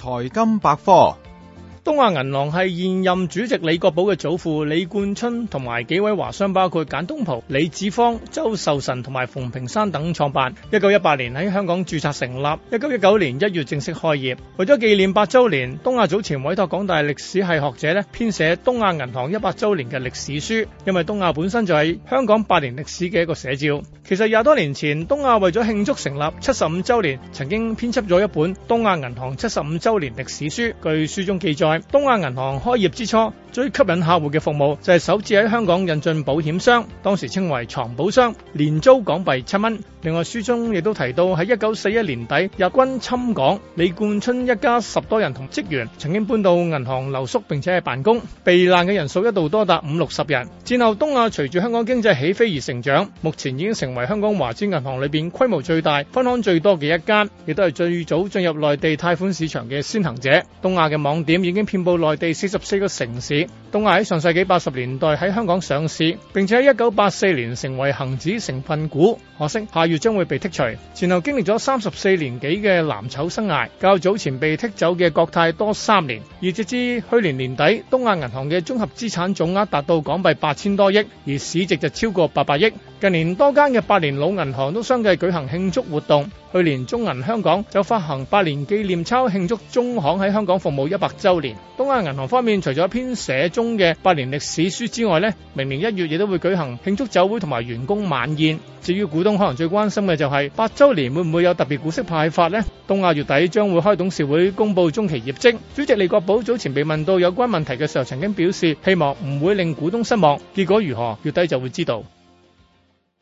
財金百科。 東亞銀行係現任主席李國寶嘅祖父李冠春同埋幾位華商，包括簡東圃、李子方、周壽臣同埋馮平山等創辦。1918年喺香港註冊成立，1919年1月正式開業。為咗紀念8週年，東亞早前委託港大歷史系學者編寫東亞銀行100週年嘅歷史書，因為東亞本身就係香港100年歷史嘅一個寫照。其實20多年前，東亞為咗慶祝成立75週年，曾經編輯咗一本《東亞銀行75週年歷史書》。據書中記載，東亞銀行開業之初，最吸引客戶嘅服務就係首次喺香港引進保險箱，當時稱為藏保箱，年租港幣7蚊。另外書中亦都提到喺1941年底日軍侵港，李冠春一家10多人同職員曾經搬到銀行留宿並且係辦公，避難嘅人數一度多達50-60人。戰後東亞隨住香港經濟起飛而成長，目前已經成為香港華資銀行裏邊規模最大、分行最多嘅一間，亦都係最早進入內地貸款市場嘅先行者。東亞嘅網點已經遍佈內地44個城市。東亞喺上世紀80年代喺香港上市，並且喺1984年成為恒指成分股。可惜下月將會被剔除。前後經歷咗34年幾嘅藍籌生涯，較早前被剔走嘅國泰多3年。而直至去年年底，東亞銀行嘅綜合資產總額達到港幣8000多億，而市值就超過800億。近年多間嘅百年老銀行都相繼舉行慶祝活動。去年中銀香港就發行百年紀念鈔慶祝中行喺香港服務100週年。東亞銀行方面，除咗編寫中嘅百年歷史書之外，明年1月亦都會舉行慶祝酒會同埋員工晚宴。至於股東可能最關心嘅就係8週年會唔會有特別股息派發呢？東亞月底將會開董事會公佈中期業績。主席李國寶早前被問到有關問題嘅時候，曾經表示希望唔會令股東失望。結果如何，月底就會知道。